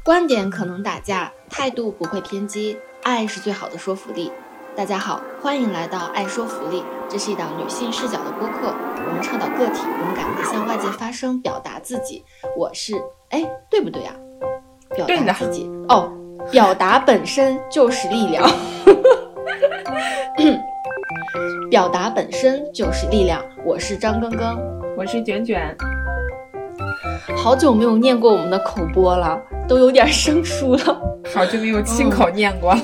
观点可能打架，态度不会偏激，爱是最好的说服力。大家好，欢迎来到爱说服力，这是一档女性视角的播客，我们倡导个体勇敢地向外界发声，表达自己。我是，对不对呀？表达自己哦，表达本身就是力量。表达本身就是力量。我是张庚庚， 我是卷卷。 好久没有念过我们的口播了，都有点生疏了。 好久没有亲口念过了。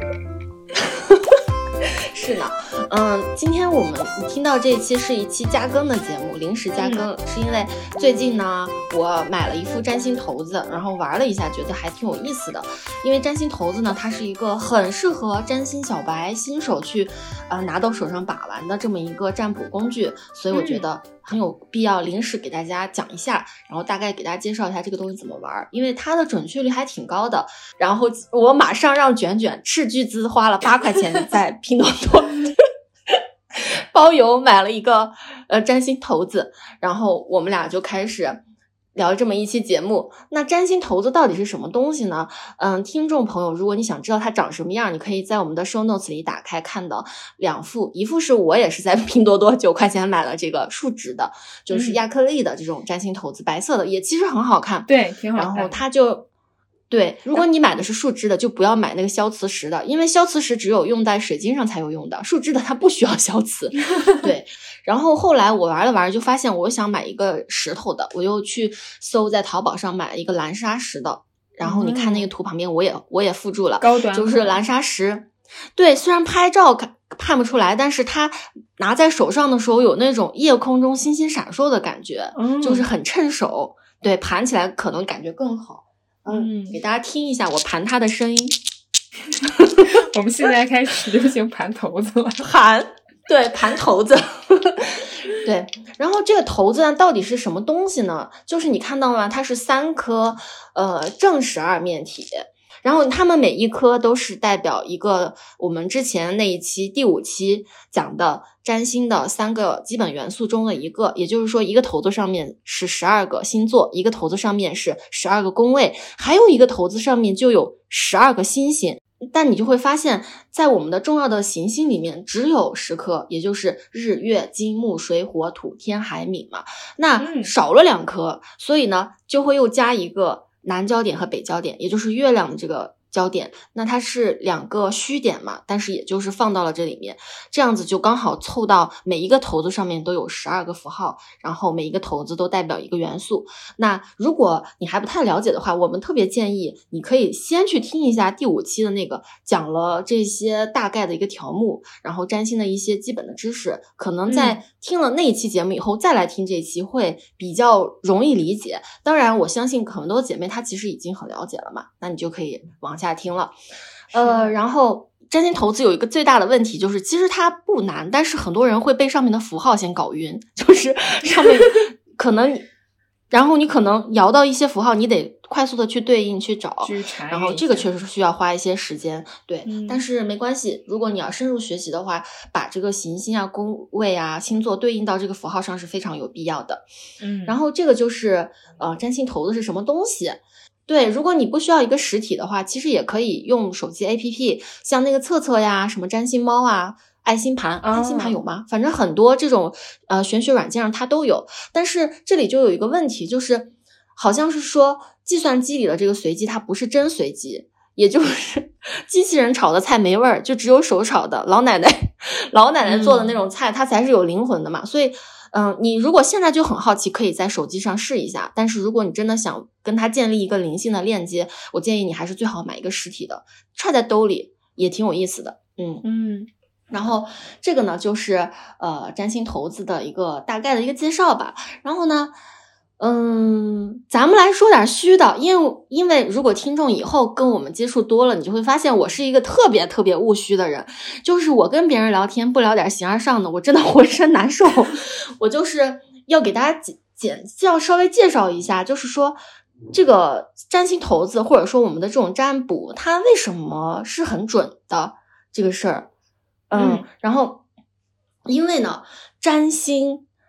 是呢，今天我们听到这一期是一期加更的节目，临时加更，是因为最近呢，我买了一副占星骰子，然后玩了一下，觉得还挺有意思的。因为占星骰子呢，它是一个很适合占星小白、新手去拿到手上把玩的这么一个占卜工具，所以我觉得很有必要临时给大家讲一下，然后大概给大家介绍一下这个东西怎么玩，因为它的准确率还挺高的。然后我马上让卷卷斥巨资花了8块钱在拼多多包邮买了一个占星骰子，然后我们俩就开始聊这么一期节目。那占星骰子到底是什么东西呢？听众朋友，如果你想知道它长什么样，你可以在我们的 show notes 里打开看到2副，一副是我也是在拼多多9块钱买了这个树脂的，就是亚克力的这种占星骰子，白色的，也其实很好看， 对，挺好看。 然后它就对，如果你买的是树脂的，就不要买那个消磁石的，因为消磁石只有用在水晶上才有用的，树脂的它不需要消磁。对，然后后来我玩了玩，就发现我想买一个石头的，我又去搜在淘宝上买了一个蓝砂石的，然后你看那个图旁边我也附注了， 高端就是蓝砂石。对，虽然拍照看不出来，但是它拿在手上的时候有那种夜空中星星闪烁的感觉，就是很趁手。对，盘起来可能感觉更好。给大家听一下我盘它的声音。 我们现在开始流行盘骰子了。 对，盘骰子。对，然后这个骰子呢到底是什么东西呢？就是你看到吗？它是3颗正12面体，然后它们每一颗都是代表一个我们之前那一期第5期讲的占星的3个基本元素中的一个，也就是说一个骰子上面是12个星座，一个骰子上面是12个宫位，还有一个骰子上面就有12个星星。但你就会发现在我们的重要的行星里面只有10颗，也就是日月金木水火土天海冥嘛，那少了2颗，所以呢就会又加一个南焦点和北焦点，也就是月亮的这个焦点，那它是2个虚点嘛，但是也就是放到了这里面，这样子就刚好凑到每一个骰子上面都有12个符号，然后每一个骰子都代表一个元素。那如果你还不太了解的话，我们特别建议你可以先去听一下第5期的那个讲了这些大概的一个条目，然后占星的一些基本的知识，可能在听了那一期节目以后再来听这一期会比较容易理解。当然我相信很多姐妹她其实已经很了解了嘛，那你就可以往下听了。然后占星骰子有一个最大的问题，就是其实它不难，但是很多人会被上面的符号先搞晕，就是上面可能然后你可能摇到一些符号，你得快速的去对应去找，然后这个确实是需要花一些时间。对，但是没关系，如果你要深入学习的话，把这个行星啊、宫位啊、星座对应到这个符号上是非常有必要的。然后这个就是占星骰子是什么东西。对，如果你不需要一个实体的话，其实也可以用手机 APP， 像那个测测呀，什么占星猫啊、爱星盘，爱星盘有吗？反正很多这种玄学软件上它都有。但是这里就有一个问题，就是好像是说计算机里的这个随机它不是真随机，也就是机器人炒的菜没味儿，就只有手炒的老奶奶做的那种菜它才是有灵魂的嘛。所以你如果现在就很好奇，可以在手机上试一下，但是如果你真的想跟它建立一个灵性的链接，我建议你还是最好买一个实体的，揣在兜里也挺有意思的。然后这个呢就是占星骰子的一个大概的一个介绍吧。然后呢咱们来说点虚的，因为如果听众以后跟我们接触多了，你就会发现我是一个特别特别务虚的人，就是我跟别人聊天不聊点形而上的，我真的浑身难受。我就是要给大家要稍微介绍一下，就是说这个占星骰子或者说我们的这种占卜，它为什么是很准的这个事儿。然后因为呢占星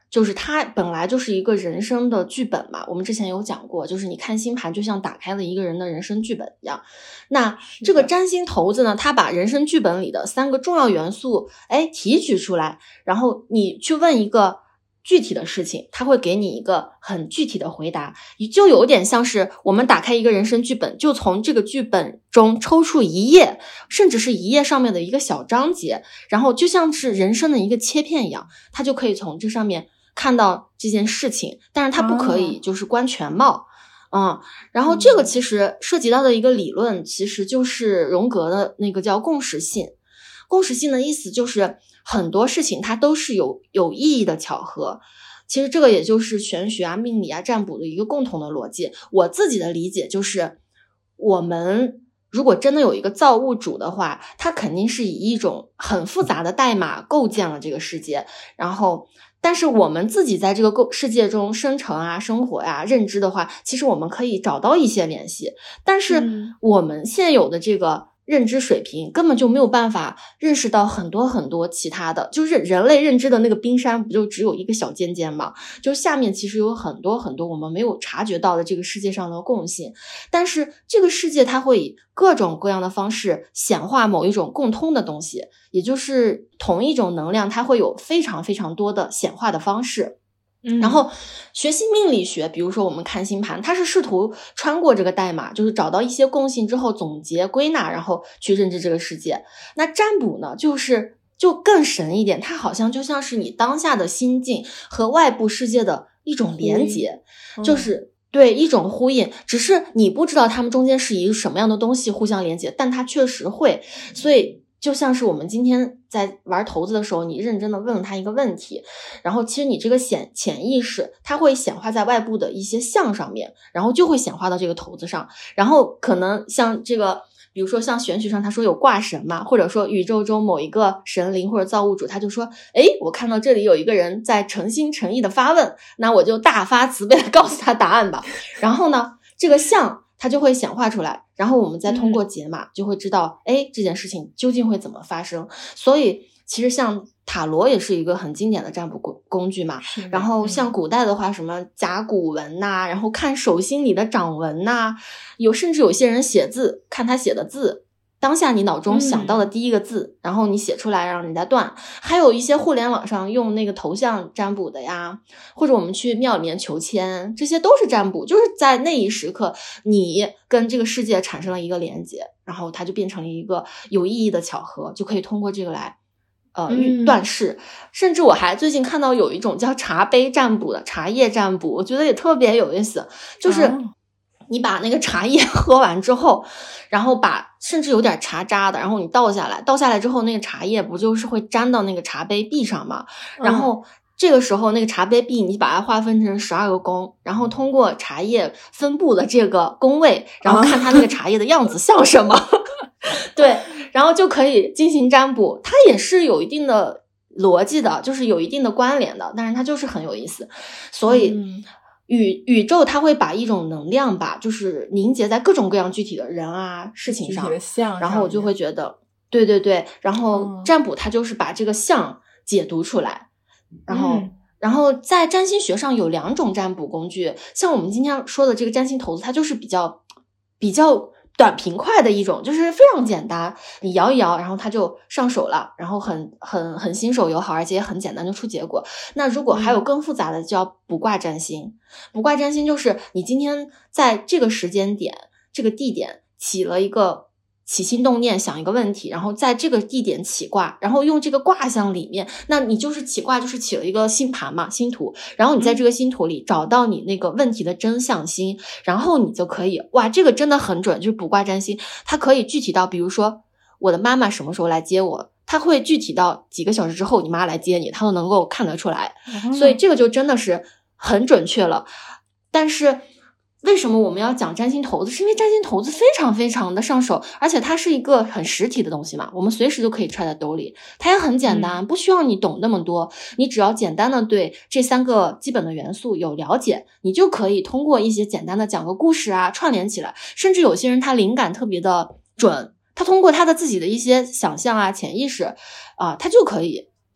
就是它本来就是一个人生的剧本嘛，我们之前有讲过，就是你看星盘就像打开了一个人的人生剧本一样。那这个占星骰子呢，它把人生剧本里的3个重要元素提取出来，然后你去问一个具体的事情，它会给你一个很具体的回答，就有点像是我们打开一个人生剧本，就从这个剧本中抽出一页，甚至是一页上面的一个小章节，然后就像是人生的一个切片一样，它就可以从这上面看到这件事情，但是它不可以就是观全貌。然后这个其实涉及到的一个理论其实就是荣格的那个叫共识性。共识性的意思就是很多事情它都是有意义的巧合，其实这个也就是玄学啊、命理啊、占卜的一个共同的逻辑。我自己的理解就是，我们如果真的有一个造物主的话，他肯定是以一种很复杂的代码构建了这个世界，然后但是我们自己在这个世界中生成啊、生活啊、认知的话，其实我们可以找到一些联系，但是我们现有的这个认知水平根本就没有办法认识到很多很多其他的，就是人类认知的那个冰山不就只有一个小尖尖吗？就下面其实有很多很多我们没有察觉到的这个世界上的共性，但是这个世界它会以各种各样的方式显化某一种共通的东西，也就是同一种能量它会有非常非常多的显化的方式。然后学习命理学，比如说我们看星盘，它是试图穿过这个代码，就是找到一些共性之后总结归纳，然后去认知这个世界。那占卜呢就更神一点，它好像就像是你当下的心境和外部世界的一种连结，就是对一种呼应，只是你不知道它们中间是以什么样的东西互相连接，但它确实会。所以就像是我们今天在玩骰子的时候，你认真的问了他一个问题，然后其实你这个潜意识它会显化在外部的一些象上面，然后就会显化到这个骰子上，然后可能像这个比如说像玄学上他说有卦神嘛，或者说宇宙中某一个神灵或者造物主，他就说我看到这里有一个人在诚心诚意的发问，那我就大发慈悲的告诉他答案吧。然后呢这个象它就会显化出来，然后我们再通过解码就会知道这件事情究竟会怎么发生。所以其实像塔罗也是一个很经典的占卜工具嘛，然后像古代的话什么甲骨文呐，然后看手心里的掌纹呐，甚至有些人写字，看他写的字，当下你脑中想到的第一个字，然后你写出来让人家断。还有一些互联网上用那个头像占卜的呀，或者我们去庙里面求签，这些都是占卜，就是在那一时刻你跟这个世界产生了一个连接，然后它就变成了一个有意义的巧合，就可以通过这个来断事。甚至我还最近看到有一种叫茶杯占卜的茶叶占卜，我觉得也特别有意思，就是你把那个茶叶喝完之后，然后甚至有点茶渣的，然后你倒下来之后，那个茶叶不就是会沾到那个茶杯壁上吗？然后这个时候那个茶杯壁你把它划分成12个宫，然后通过茶叶分布的这个宫位，然后看它那个茶叶的样子像什么对，然后就可以进行占卜。它也是有一定的逻辑的，就是有一定的关联的，但是它就是很有意思。所以宇宙它会把一种能量吧，就是凝结在各种各样具体的人啊事情上，然后我就会觉得对，然后占卜它就是把这个象解读出来。然后在占星学上有2种占卜工具，像我们今天说的这个占星骰子，它就是比较短平快的一种，就是非常简单，你摇一摇然后它就上手了，然后很新手友好，而且也很简单就出结果。那如果还有更复杂的叫卜卦占星，卜卦占星就是你今天在这个时间点这个地点起心动念想一个问题，然后在这个地点起卦，然后用这个卦象里面，那你就是起卦就是起了一个星盘嘛，星图，然后你在这个星图里找到你那个问题的真相星，然后你就可以这个真的很准，就是卜卦占星它可以具体到比如说我的妈妈什么时候来接我，它会具体到几个小时之后你妈来接你，它都能够看得出来。所以这个就真的是很准确了。但是为什么我们要讲占星骰子，是因为占星骰子非常非常的上手，而且它是一个很实体的东西嘛，我们随时就可以揣在兜里，它也很简单，不需要你懂那么多，你只要简单的对这3个基本的元素有了解，你就可以通过一些简单的讲个故事啊串联起来。甚至有些人他灵感特别的准，他通过他的自己的一些想象啊潜意识啊，他就可以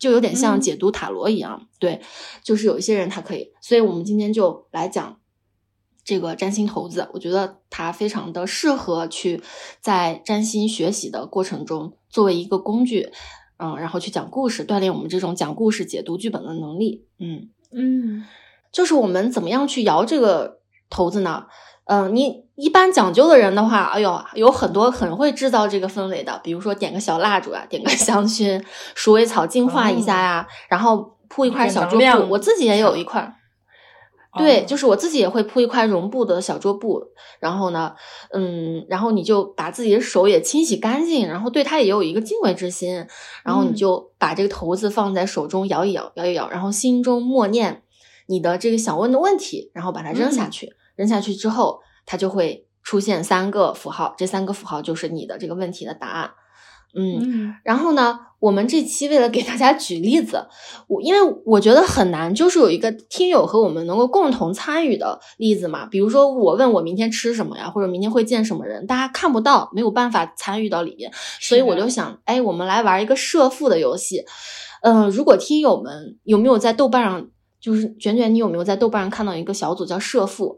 就有点像解读塔罗一样。对，就是有一些人他可以，所以我们今天就来讲这个占星骰子，我觉得它非常的适合去在占星学习的过程中作为一个工具，然后去讲故事，锻炼我们这种讲故事解读剧本的能力。就是我们怎么样去摇这个骰子呢？你一般讲究的人的话，哎呦，有很多很会制造这个氛围的，比如说点个小蜡烛啊，点个香薰，鼠尾草净化一下呀，然后铺一块小桌布，我自己也有一块。对，就是我自己也会铺一块绒布的小桌布，然后呢，然后你就把自己的手也清洗干净，然后对它也有一个敬畏之心，然后你就把这个骰子放在手中摇一摇，摇一摇，然后心中默念你的这个想问的问题，然后把它扔下去，扔下去之后，它就会出现3个符号，这3个符号就是你的这个问题的答案。然后呢，我们这期为了给大家举例子，因为我觉得很难，就是有一个听友和我们能够共同参与的例子嘛。比如说我问我明天吃什么呀，或者明天会见什么人，大家看不到，没有办法参与到里面，所以我就想，我们来玩一个设父的游戏。如果听友们有没有在豆瓣上，就是卷卷，你有没有在豆瓣上看到一个小组叫设父？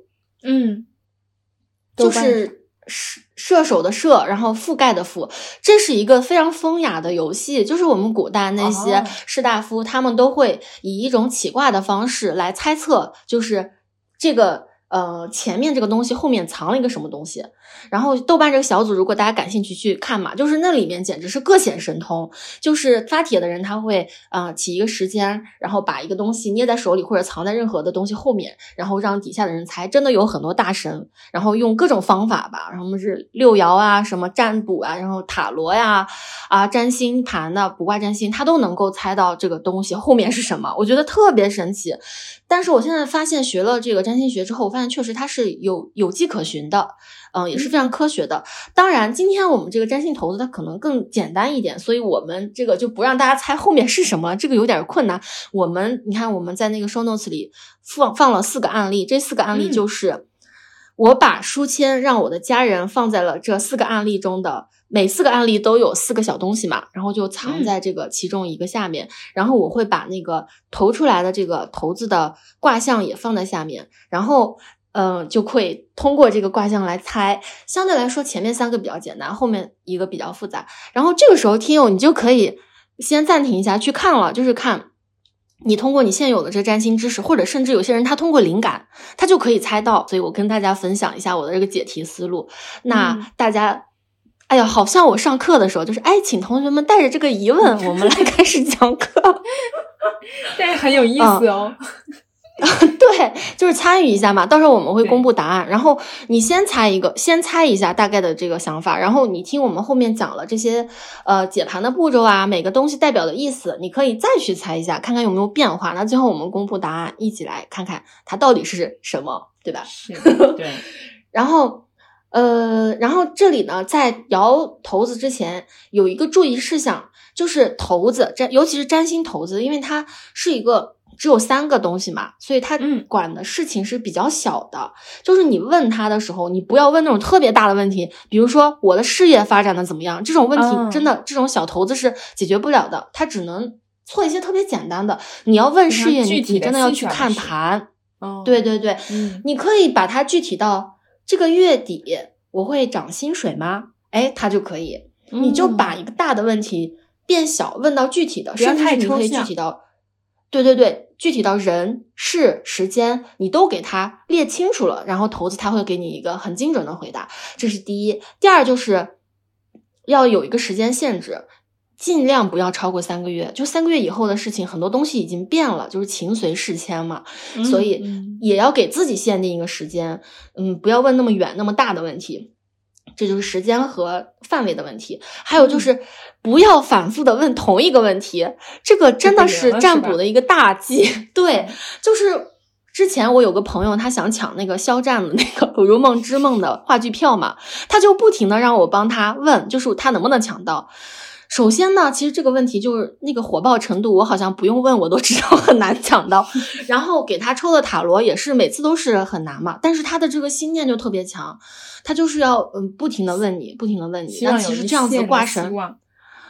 就是射手的射，然后覆盖的覆，这是一个非常风雅的游戏，就是我们古代那些士大夫，他们都会以一种起卦的方式来猜测，就是这个前面这个东西后面藏了一个什么东西。然后豆瓣这个小组如果大家感兴趣去看嘛，就是那里面简直是各显神通，就是发帖的人他会起一个时间，然后把一个东西捏在手里或者藏在任何的东西后面，然后让底下的人猜，真的有很多大神，然后用各种方法吧，然后是六爻啊，什么占卜啊，然后塔罗呀占星盘的卜卦占星，他都能够猜到这个东西后面是什么，我觉得特别神奇。但是我现在发现学了这个占星学之后，我发现确实它是有迹可循的，也是非常科学的。当然今天我们这个占星骰子它可能更简单一点，所以我们这个就不让大家猜后面是什么，这个有点困难。你看我们在那个 show notes 里放了4个案例，这4个案例就是我把书签让我的家人放在了这4个案例中的，每4个案例都有4个小东西嘛，然后就藏在这个其中一个下面，然后我会把那个投出来的这个骰子的卦象也放在下面，然后就会通过这个卦象来猜。相对来说前面3个比较简单，后面一个比较复杂。然后这个时候听友你就可以先暂停一下去看了，就是看你通过你现有的这个占星知识，或者甚至有些人他通过灵感他就可以猜到。所以我跟大家分享一下我的这个解题思路。那大家哎呀，好像我上课的时候就是请同学们带着这个疑问我们来开始讲课但是很有意思哦。 对，就是参与一下嘛，到时候我们会公布答案，然后你先猜一下大概的这个想法，然后你听我们后面讲了这些解盘的步骤啊，每个东西代表的意思，你可以再去猜一下，看看有没有变化。那最后我们公布答案，一起来看看它到底是什么，对吧？ 是，对。 然后这里呢，在摇骰子之前有一个注意事项，就是骰子尤其是占星骰子，因为它是一个只有3个东西嘛，所以他管的事情是比较小的。就是你问他的时候，你不要问那种特别大的问题，比如说我的事业发展的怎么样，这种问题真的这种小骰子是解决不了的，他只能做一些特别简单的。你要问事业，你真的要去看盘。对对对，你可以把它具体到这个月底我会涨薪水吗？它就可以。你就把一个大的问题变小，问到具体的，甚至你可以具体到对，具体到人事时间你都给它列清楚了，然后骰子它会给你一个很精准的回答，这是第一。第二就是要有一个时间限制，尽量不要超过3个月，就3个月以后的事情很多东西已经变了，就是情随事迁嘛，所以也要给自己限定一个时间，不要问那么远那么大的问题，这就是时间和范围的问题。还有就是不要反复的问同一个问题，这个真的是占卜的一个大忌。对，就是之前我有个朋友他想抢那个肖战的那个《如梦之梦》的话剧票嘛，他就不停的让我帮他问，就是他能不能抢到。首先呢，其实这个问题就是那个火爆程度，我好像不用问我都知道很难抢到。然后给他抽的塔罗也是每次都是很难嘛，但是他的这个心念就特别强，他就是要不停的问你，不停的问你。那其实这样子的卦神，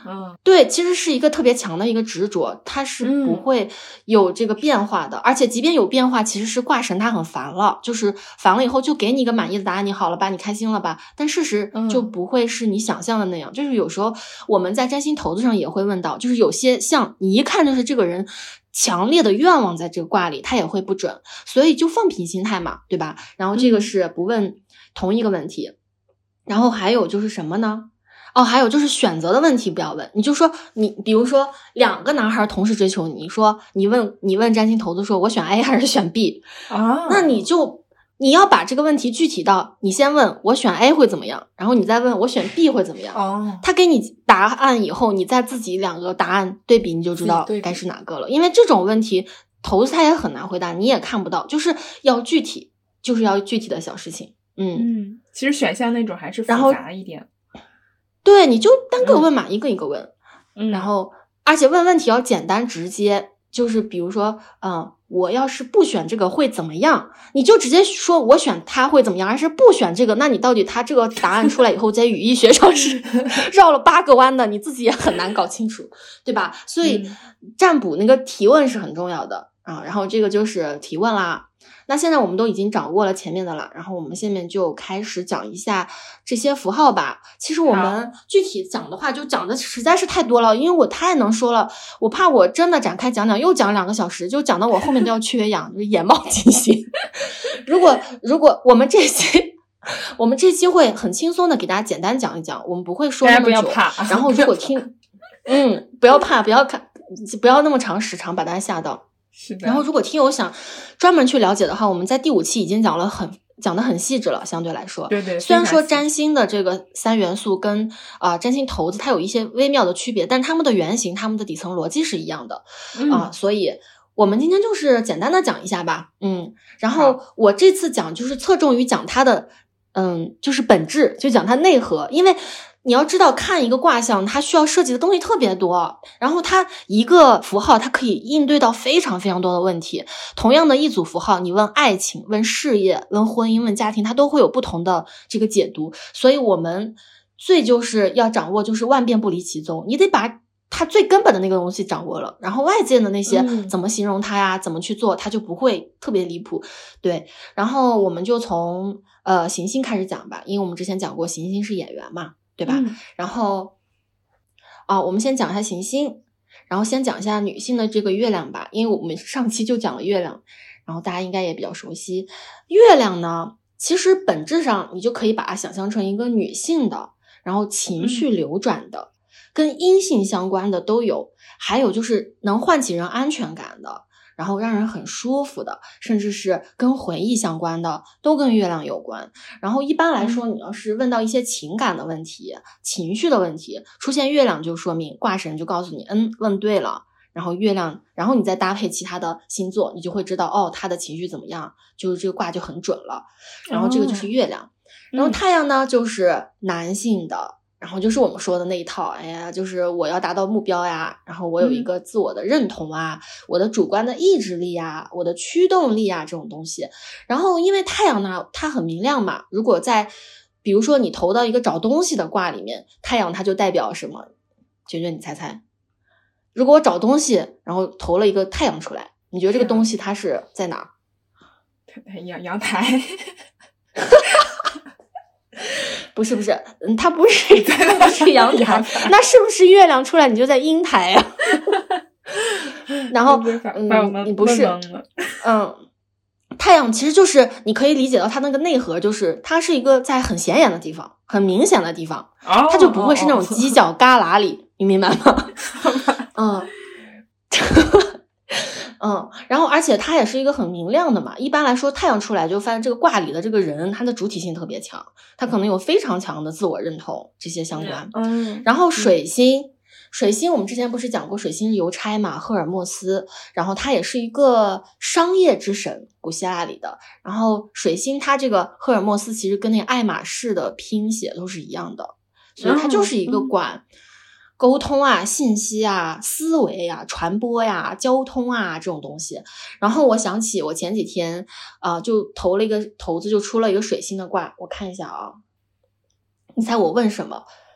对，其实是一个特别强的一个执着，它是不会有这个变化的，而且即便有变化，其实是卦神他很烦了，就是烦了以后就给你一个满意的答案，你好了吧，你开心了吧，但事实就不会是你想象的那样。就是有时候我们在占星骰子上也会问到，就是有些像你一看就是这个人强烈的愿望在这个卦里，他也会不准，所以就放平心态嘛，对吧？然后这个是不问同一个问题。然后还有就是什么呢？还有就是选择的问题不要问，你就说你比如说两个男孩同时追求你，说你问占星骰子说我选 A 还是选 B 那你要把这个问题具体到你先问我选 A 会怎么样，然后你再问我选 B 会怎么样他给你答案以后，你再自己两个答案对比，你就知道该是哪个了。因为这种问题骰子它也很难回答，你也看不到，就是要具体，就是要具体的小事情。 其实选项那种还是复杂一点。 对，你就单个问嘛，一个一个问。然后而且问问题要简单直接，就是比如说我要是不选这个会怎么样，你就直接说我选它会怎么样，还是不选这个，那你到底它这个答案出来以后在语义学上是绕了8个弯的，你自己也很难搞清楚，对吧？所以占卜那个提问是很重要的然后这个就是提问啦。那现在我们都已经掌握了前面的了，然后我们下面就开始讲一下这些符号吧。其实我们具体讲的话就讲的实在是太多了，因为我太能说了，我怕我真的展开讲又讲2个小时，就讲到我后面都要缺氧，就是眼冒金星。如果我们这期会很轻松的给大家简单讲一讲，我们不会说那么久， 大家不要怕。 然后如果听不要怕，不要那么长时长把大家吓到。 是的。 然后如果听友想专门去了解的话，我们在第5期已经讲得很细致了，相对来说。 对， 虽然说占星的这个3元素跟占星骰子它有一些微妙的区别，但是它们的原型它们的底层逻辑是一样的所以我们今天就是简单的讲一下吧。然后我这次讲就是侧重于讲它的就是本质，就讲它内核，因为你要知道看一个卦象它需要涉及的东西特别多，然后它一个符号它可以应对到非常非常多的问题。同样的一组符号，你问爱情、问事业、问婚姻、问家庭，它都会有不同的这个解读。所以我们就是要掌握就是万变不离其宗，你得把它最根本的那个东西掌握了，然后外界的那些怎么形容它呀怎么去做，它就不会特别离谱。对，然后我们就从行星开始讲吧，因为我们之前讲过行星是演员嘛，对吧？然后我们先讲一下行星，然后先讲一下女性的这个月亮吧，因为我们上期就讲了月亮，然后大家应该也比较熟悉。月亮呢其实本质上你就可以把它想象成一个女性的，然后情绪流转的跟阴性相关的都有，还有就是能唤起人安全感的，然后让人很舒服的，甚至是跟回忆相关的都跟月亮有关。然后一般来说你要是问到一些情感的问题情绪的问题，出现月亮就说明卦神就告诉你问对了，然后月亮，然后你再搭配其他的星座，你就会知道他的情绪怎么样，就是这个卦就很准了。然后这个就是月亮然后太阳呢就是男性的，然后就是我们说的那一套，就是我要达到目标呀，然后我有一个自我的认同我的主观的意志力我的驱动力这种东西。然后因为太阳呢它很明亮嘛，如果比如说你投到一个找东西的卦里面，太阳它就代表什么？娟娟你猜猜，如果我找东西然后投了一个太阳出来，你觉得这个东西它是在哪？ 阳台。 不是它不是阳台那是不是月亮出来你就在阴台然后你不是太阳其实就是你可以理解到它那个内核，就是它是一个在很显眼的地方，很明显的地方它就不会是那种犄角旮旯里你明白吗然后而且它也是一个很明亮的嘛，一般来说太阳出来就发现这个卦里的这个人他的主体性特别强，他可能有非常强的自我认同这些相关然后水星我们之前不是讲过水星是邮差嘛，赫尔墨斯，然后他也是一个商业之神，古希腊里的。然后水星它这个赫尔墨斯其实跟那个爱马仕的拼写都是一样的，所以它就是一个管沟通信息思维传播交通这种东西。然后我想起我前几天就投了一个骰子，就出了一个水星的卦，我看一下你猜我问什么？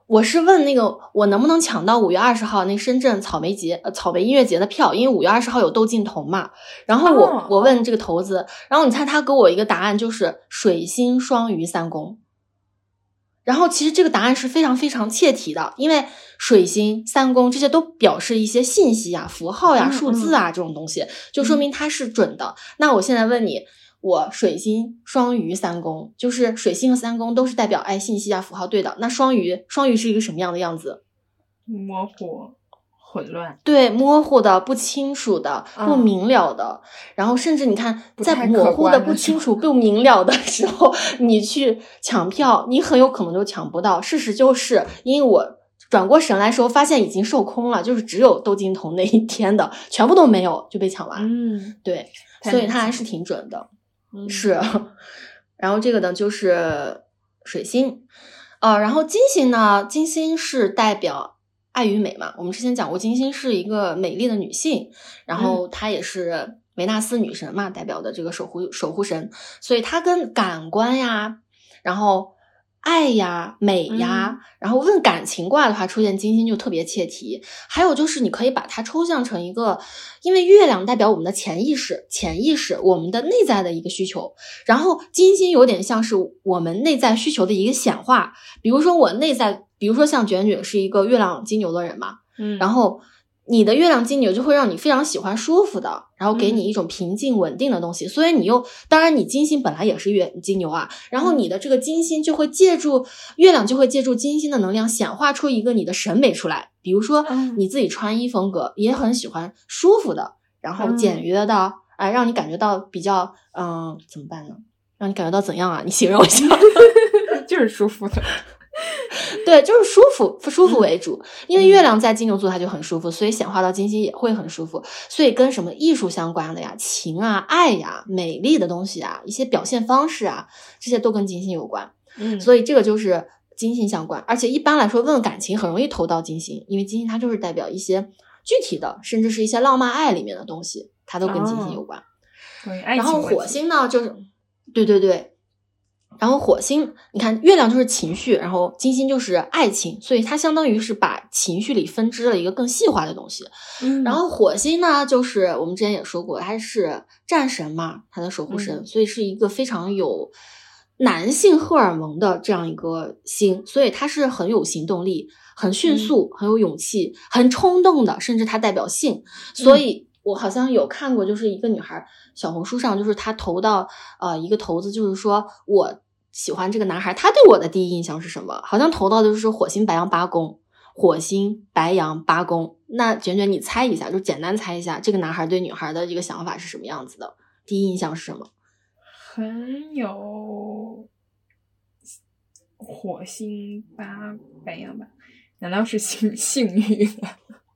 我是问那个我能不能抢到5月20号那深圳草莓音乐节的票，因为5月20号有窦靖童嘛。然后我问这个头子，然后你猜他给我一个答案，就是水星双鱼三宫。然后其实这个答案是非常非常切题的，因为水星三宫这些都表示一些信息啊、符号呀、数字啊这种东西，就说明它是准的。那我现在问你，我水星双鱼三宫，就是水星和三宫都是代表信息啊、符号对的。那双鱼是一个什么样的样子？ 模糊混乱， 对，模糊的、不清楚的、不明了的。然后甚至你看，在模糊的、不清楚、不明了的时候，你去抢票，你很有可能就抢不到。事实就是，因为我转过神来时候，发现已经售空了，就是只有窦靖童那一天的，全部都没有就被抢完。对，所以它还是挺准的。是。然后这个呢就是水星，然后金星呢，金星是代表爱与美嘛，我们之前讲过，金星是一个美丽的女性，然后她也是维纳斯女神嘛，代表的这个守护神，所以她跟感官呀，然后爱呀、美呀，然后问感情卦的话，出现金星就特别切题。还有就是你可以把它抽象成一个，因为月亮代表我们的潜意识，我们的内在的一个需求，然后金星有点像是我们内在需求的一个显化。比如说像卷卷是一个月亮金牛的人嘛，然后你的月亮金牛就会让你非常喜欢舒服的，然后给你一种平静稳定的东西，所以当然你金星本来也是金牛啊，然后你的这个金星就会月亮就会借助金星的能量显化出一个你的审美出来。比如说你自己穿衣风格也很喜欢舒服的，然后简约的，让你感觉到比较怎么办呢？让你感觉到怎样啊？你形容一下。 就是舒服的。 对，就是舒服为主，因为月亮在金牛座它就很舒服，所以显化到金星也会很舒服，所以跟什么艺术相关的呀、情啊、爱呀、美丽的东西啊、一些表现方式啊，这些都跟金星有关。所以这个就是金星相关。而且一般来说问感情很容易投到金星，因为金星它就是代表一些具体的，甚至是一些浪漫爱里面的东西，它都跟金星有关。然后火星呢就是对，然后火星你看月亮就是情绪，然后金星就是爱情，所以它相当于是把情绪里分支了一个更细化的东西。然后火星呢就是我们之前也说过，它是战神嘛，它的守护神，所以是一个非常有男性荷尔蒙的这样一个星，所以它是很有行动力，很迅速，很有勇气，很冲动的，甚至它代表性。所以我好像有看过，就是一个女孩小红书上，就是她投到一个投资，就是说我喜欢这个男孩，他对我的第一印象是什么？好像投到的就是火星白羊八宫。那卷卷你猜一下，就简单猜一下，这个男孩对女孩的这个想法是什么样子的？第一印象是什么？ 很有火星白羊吧？难道是性欲的？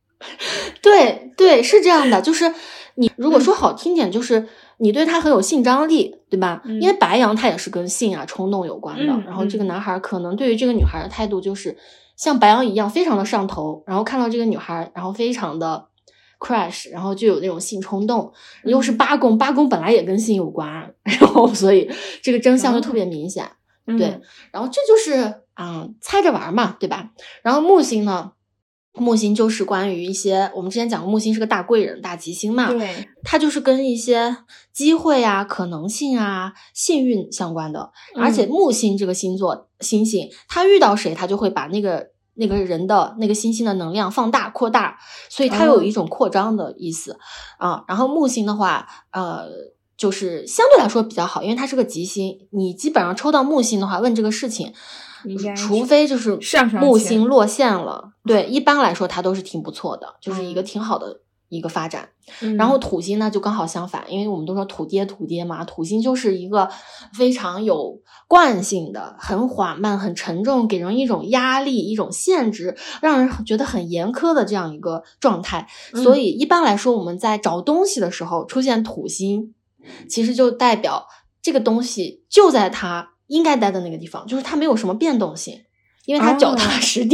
对，是这样的，就是你如果说好听点，就是你对他很有性张力，对吧？因为白羊它也是跟性啊冲动有关的，然后这个男孩可能对于这个女孩的态度就是像白羊一样非常的上头，然后看到这个女孩然后非常的 crush， 然后就有那种性冲动，又是八宫本来也跟性有关，然后所以这个真相就特别明显。对，然后这就是猜着玩嘛，对吧？然后木星呢，木星就是关于一些我们之前讲过，木星是个大贵人大吉星嘛，对，它就是跟一些机会啊、可能性啊、幸运相关的。而且木星这个星星它遇到谁它就会把那个人的那个星星的能量放大扩大，所以它有一种扩张的意思然后木星的话就是相对来说比较好，因为它是个吉星，你基本上抽到木星的话问这个事情，除非就是木星落陷了，对，一般来说它都是挺不错的，就是一个挺好的一个发展。然后土星呢就刚好相反，因为我们都说土爹嘛，土星就是一个非常有惯性的、很缓慢、很沉重，给人一种压力、一种限制，让人觉得很严苛的这样一个状态。所以一般来说我们在找东西的时候出现土星，其实就代表这个东西就在它应该待的那个地方，就是它没有什么变动性，因为它脚踏实地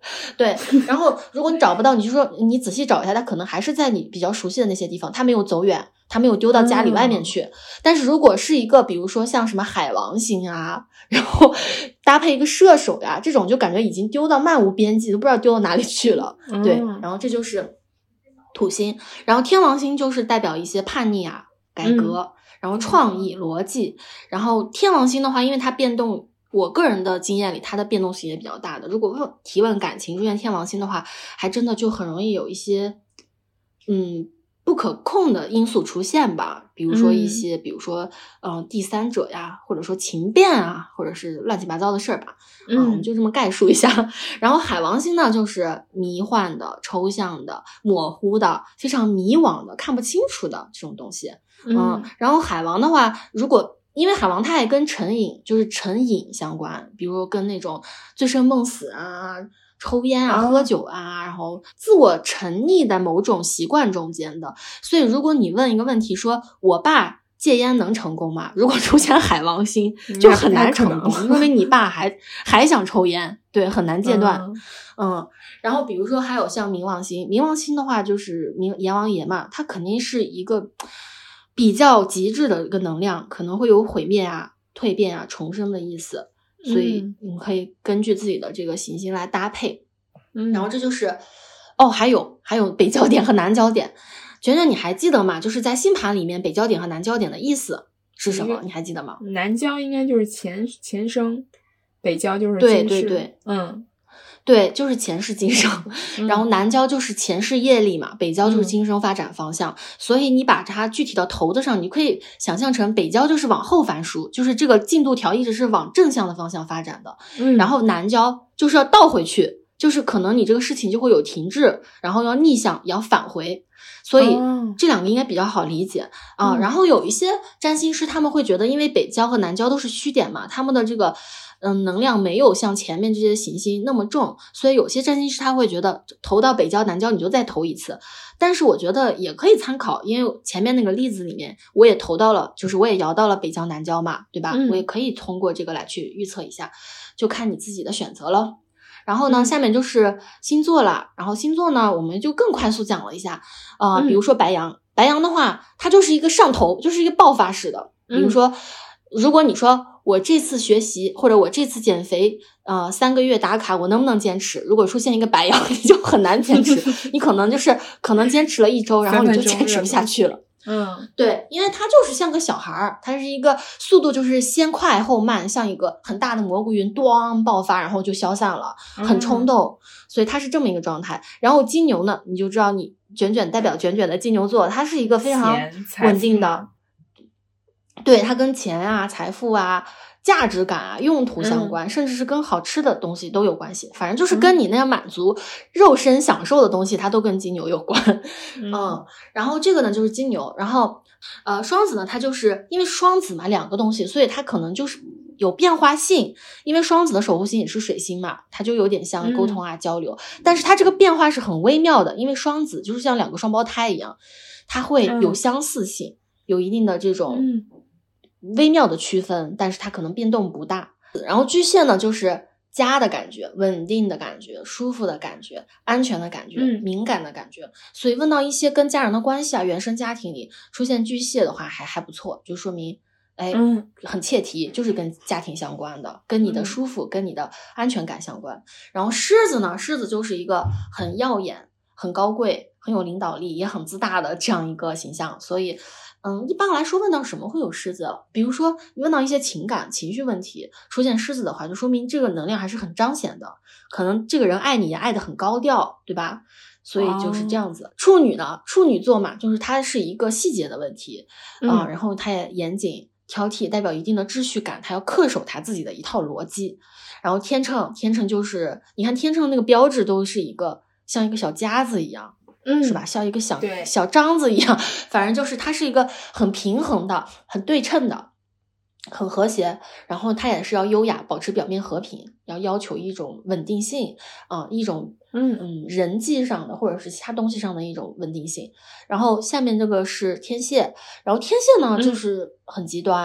对，然后如果你找不到，你就说你仔细找一下，它可能还是在你比较熟悉的那些地方，它没有走远，它没有丢到家里外面去。但是如果是一个比如说像什么海王星啊，然后搭配一个射手呀，这种就感觉已经丢到漫无边际，都不知道丢到哪里去了。对，然后这就是土星，然后天王星就是代表一些叛逆啊、改革，然后创意、逻辑。然后天王星的话，因为它变动，我个人的经验里，它的变动性也比较大的。如果提问感情出现天王星的话，还真的就很容易有一些不可控的因素出现吧，比如说一些，比如说第三者呀，或者说情变啊，或者是乱七八糟的事儿吧。我们就这么概述一下。然后海王星呢，就是迷幻的、抽象的、模糊的、非常迷惘的、看不清楚的这种东西。然后海王的话，因为海王它也跟成瘾，就是成瘾相关，比如跟那种醉生梦死啊、抽烟啊、喝酒啊，然后自我沉溺在某种习惯中间的。所以如果你问一个问题说我爸戒烟能成功吗？如果出现海王星就很难成功，因为你爸还想抽烟，对，很难戒断。然后比如说还有像冥王星的话就是阎王爷嘛，它肯定是一个比较极致的一个能量，可能会有毁灭啊、蜕变啊、重生的意思。所以你可以根据自己的这个行星来搭配。然后这就是还有北焦点和南焦点。卷卷你还记得吗？就是在星盘里面北焦点和南焦点的意思是什么？你还记得吗？ 南焦应该就是前生，北焦就是今世。 对，对，就是前世今生。然后南焦就是前世业力嘛，北焦就是今生发展方向。所以你把它具体到头子上，你可以想象成北焦就是往后翻书，就是这个进度条一直是往正向的方向发展的。然后南焦就是要倒回去，就是可能你这个事情就会有停滞，然后要逆向，也要返回。所以这两个应该比较好理解然后有一些占星师他们会觉得，因为北焦和南焦都是虚点嘛，他们的这个能量没有像前面这些行星那么重，所以有些占星师他会觉得投到北焦南焦你就再投一次。但是我觉得也可以参考，因为前面那个例子里面我也投到了，就是我也摇到了北焦南焦嘛，对吧？我也可以通过这个来去预测一下，就看你自己的选择了。然后呢，下面就是星座了。然后星座呢，我们就更快速讲了一下比如说白羊的话，它就是一个上头，就是一个爆发式的。比如说如果你说我这次学习或者我这次减肥3个月打卡我能不能坚持，如果出现一个白羊你就很难坚持你可能坚持了1周，然后你就坚持不下去了。对，因为它就是像个小孩儿，它是一个速度就是先快后慢，像一个很大的蘑菇云咣爆发，然后就消散了，很冲动，所以它是这么一个状态。然后金牛呢，你就知道你卷代表卷的金牛座，它是一个非常稳定的，对，它跟钱啊、财富啊、价值感啊、用途相关，甚至是跟好吃的东西都有关系。反正就是跟你那样满足肉身享受的东西，它都跟金牛有关。然后这个呢就是金牛，然后双子呢，它就是因为双子嘛，2个东西，所以它可能就是有变化性。因为双子的守护星也是水星嘛，它就有点像沟通啊、交流，但是它这个变化是很微妙的，因为双子就是像2个双胞胎一样，它会有相似性，有一定的这种微妙的区分，但是它可能变动不大。然后巨蟹呢，就是家的感觉，稳定的感觉，舒服的感觉，安全的感觉，敏感的感觉。所以问到一些跟家人的关系啊，原生家庭里出现巨蟹的话还不错，就说明很切题，就是跟家庭相关的，跟你的舒服跟你的安全感相关。然后狮子呢，狮子就是一个很耀眼、很高贵、很有领导力也很自大的这样一个形象。所以一般来说问到什么会有狮子，比如说你问到一些情感情绪问题出现狮子的话，就说明这个能量还是很彰显的，可能这个人爱你也爱得很高调，对吧？所以就是这样子。处女呢，处女座嘛，就是它是一个细节的问题然后它也严谨挑剔，代表一定的秩序感，它要恪守它自己的一套逻辑。然后天秤就是你看天秤那个标志都是一个像一个小夹子一样，是吧？像一个小章子一样，反正就是它是一个很平衡的、很对称的、很和谐。然后它也是要优雅，保持表面和平，要求一种稳定性一种人际上的或者是其他东西上的一种稳定性。然后下面这个是天蝎，然后天蝎呢就是很极端，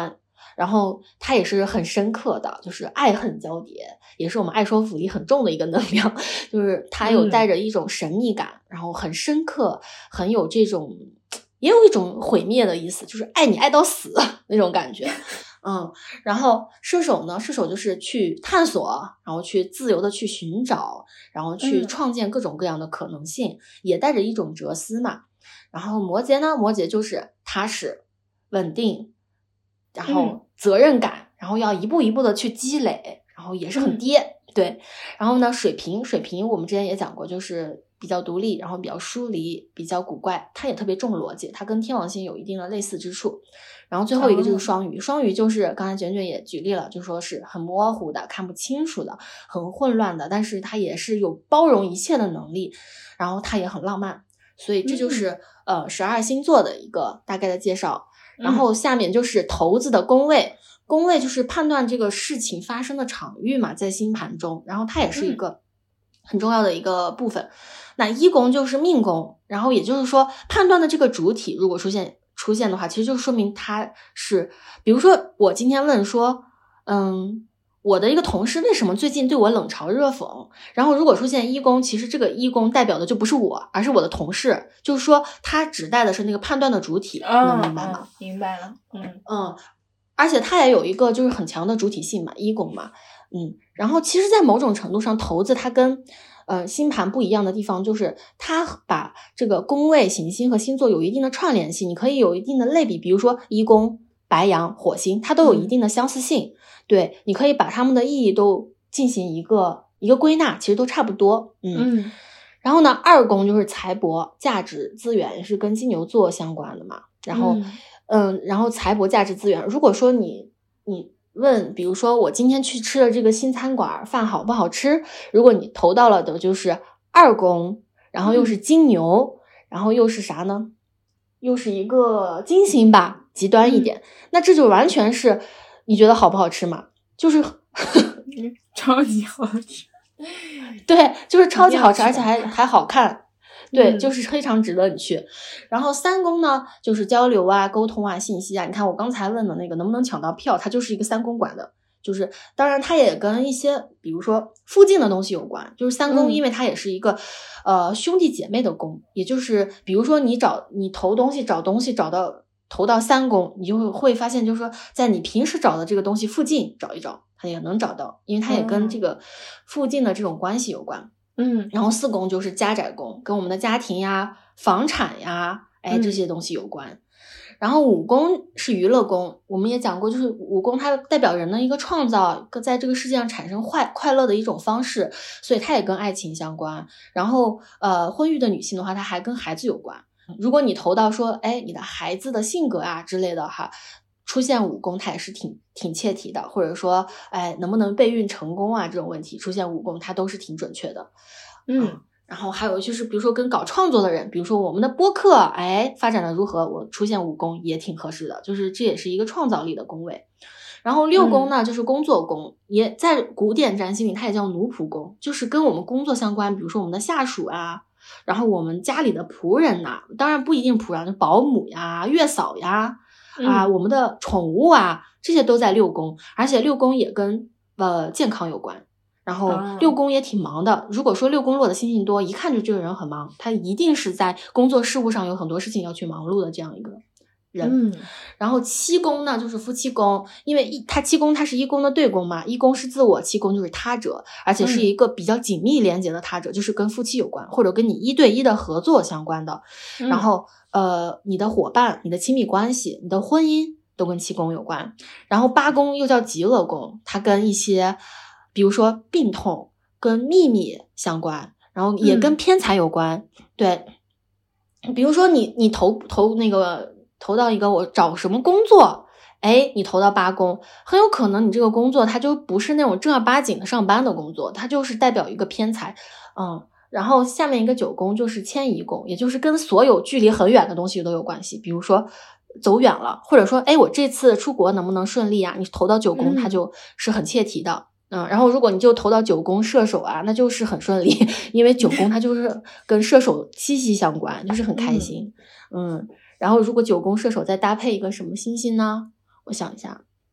然后它也是很深刻的，就是爱恨交叠，也是我们爱说服力很重的一个能量，就是它有带着一种神秘感，然后很深刻，很有这种，也有一种毁灭的意思，就是爱你爱到死那种感觉。然后射手呢，射手就是去探索，然后去自由的去寻找，然后去创建各种各样的可能性，也带着一种哲思嘛。然后摩羯呢，摩羯就是踏实稳定，然后责任感，然后要一步一步的去积累，然后也是很爹，对。然后呢，水瓶我们之前也讲过，就是比较独立，然后比较疏离，比较古怪，它也特别重逻辑，它跟天王星有一定的类似之处。然后最后一个就是双鱼，双鱼就是刚才卷卷也举例了，就说是很模糊的，看不清楚的，很混乱的，但是它也是有包容一切的能力，然后它也很浪漫。所以这就是12星座的一个大概的介绍。然后下面就是骰子的宫位，宫位就是判断这个事情发生的场域嘛，在星盘中，然后它也是一个很重要的一个部分。那一宫就是命宫，然后也就是说判断的这个主体如果出现的话，其实就说明它是，比如说我今天问说我的一个同事为什么最近对我冷嘲热讽，然后如果出现一宫，其实这个一宫代表的就不是我，而是我的同事，就是说它指代的是那个判断的主体，能明白吗？ 明白了。 而且它也有一个就是很强的主体性嘛，一宫嘛。然后其实在某种程度上，骰子它跟星盘不一样的地方就是它把这个宫位行星和星座有一定的串联性，你可以有一定的类比，比如说一宫、白羊、火星，它都有一定的相似性。对，你可以把它们的意义都进行一个归纳，其实都差不多。然后呢，二宫就是财帛、价值、资源，也是跟金牛座相关的嘛。然后财帛、价值、资源，如果说你问，比如说我今天去吃的这个新餐馆饭好不好吃，如果你投到了的就是二宫，然后又是金牛，然后又是啥呢？又是一个金星吧，极端一点，那这就完全是你觉得好不好吃嘛？就是超级好吃。 对，就是超级好吃，而且还好看。对，就是非常值得你去。然后三宫呢，就是交流啊、沟通啊、信息啊。你看我刚才问的那个能不能抢到票，它就是一个三宫管的。就是当然它也跟一些比如说附近的东西有关，就是三宫因为它也是一个兄弟姐妹的宫，也就是比如说你投东西找东西投到三宫，你就会发现就是说在你平时找的这个东西附近找一找，它也能找到，因为它也跟这个附近的这种关系有关。然后四宫就是家宅宫，跟我们的家庭呀、房产呀，这些东西有关。然后五宫是娱乐宫，我们也讲过，就是五宫它代表人的一个创造，在这个世界上产生快乐的一种方式，所以它也跟爱情相关。然后婚育的女性的话，它还跟孩子有关。如果你投到说你的孩子的性格啊之类的哈，出现五宫它也是挺切题的，或者说能不能备孕成功啊这种问题出现五宫它都是挺准确的。然后还有就是比如说跟搞创作的人，比如说我们的播客发展的如何，我出现五宫也挺合适的，就是这也是一个创造力的宫位。然后六宫呢就是工作宫，也在古典占星里它也叫奴仆宫，就是跟我们工作相关，比如说我们的下属啊，然后我们家里的仆人呐，当然不一定仆人，就保姆呀、月嫂呀我们的宠物啊，这些都在六宫，而且六宫也跟健康有关。然后六宫也挺忙的，如果说六宫落的星星多，一看就这个人很忙，他一定是在工作事务上有很多事情要去忙碌的这样一个人。然后七宫呢就是夫妻宫，因为七宫它是一宫的对宫嘛，一宫是自我，七宫就是他者，而且是一个比较紧密连接的他者，就是跟夫妻有关，或者跟你一对一的合作相关的。然后你的伙伴、你的亲密关系、你的婚姻都跟七宫有关。然后八宫又叫极恶宫，它跟一些比如说病痛跟秘密相关，然后也跟偏财有关。对，比如说你投到一个我找什么工作，你投到八宫，很有可能你这个工作它就不是那种正儿八经的上班的工作，它就是代表一个偏财。然后下面一个九宫就是迁移宫，也就是跟所有距离很远的东西都有关系，比如说走远了，或者说我这次出国能不能顺利啊，你投到九宫它就是很切题的。然后如果你就投到九宫射手啊，那就是很顺利，因为九宫它就是跟射手息息相关，就是很开心。然后如果九宫射手再搭配一个什么星星呢？我想一下，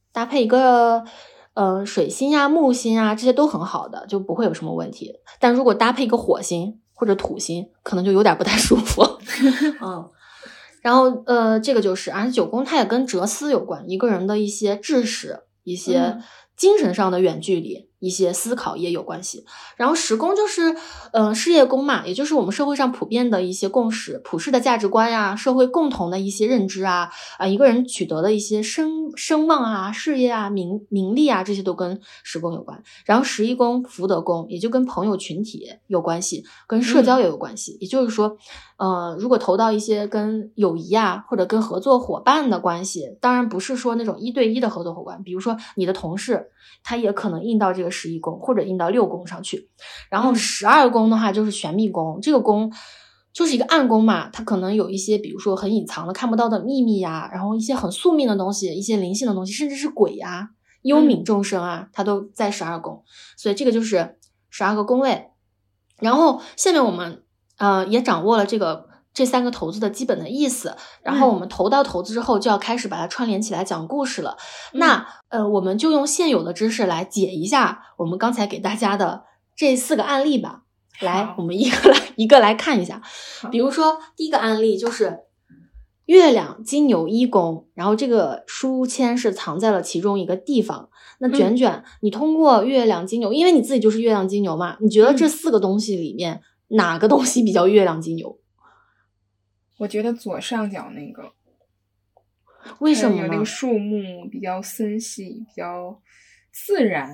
搭配一个水星啊、木星啊，这些都很好的，就不会有什么问题。但如果搭配一个火星或者土星，可能就有点不太舒服。然后这个就是，而且九宫它也跟哲思有关，一个人的一些知识、一些精神上的远距离、一些思考也有关系。然后10宫就是事业宫嘛，也就是我们社会上普遍的一些共识、普世的价值观呀、社会共同的一些认知啊，一个人取得的一些声望啊、事业啊、名利啊，这些都跟10宫有关。然后11宫福德宫也就跟朋友群体有关系，跟社交也有关系。也就是说如果投到一些跟友谊啊或者跟合作伙伴的关系，当然不是说那种1对1的合作伙伴，比如说你的同事，他也可能印到这个11宫或者印到6宫上去。然后12宫的话就是玄秘宫，这个宫就是一个暗宫嘛，它可能有一些比如说很隐藏的看不到的秘密啊，然后一些很宿命的东西，一些灵性的东西，甚至是鬼啊、幽冥众生啊，它都在12宫。所以这个就是12个宫位。然后下面我们也掌握了这3个骰子的基本的意思，然后我们投到骰子之后就要开始把它串联起来讲故事了。那我们就用现有的知识来解一下我们刚才给大家的这4个案例吧。来，我们一个来看一下。比如说第一个案例就是月亮金牛1宫，然后这个书签是藏在了其中一个地方。那卷卷，你通过月亮金牛，因为你自己就是月亮金牛嘛，你觉得这4个东西里面哪个东西比较月亮金牛？ 我觉得左上角那个。 为什么呢？ 有那个树木比较森系，比较自然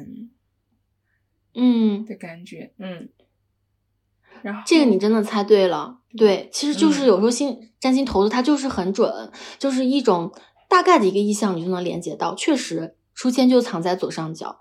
的感觉。然后这个你真的猜对了。对，其实就是有时候占星骰子它就是很准，就是一种大概的一个意象你就能连接到，确实书签就藏在左上角。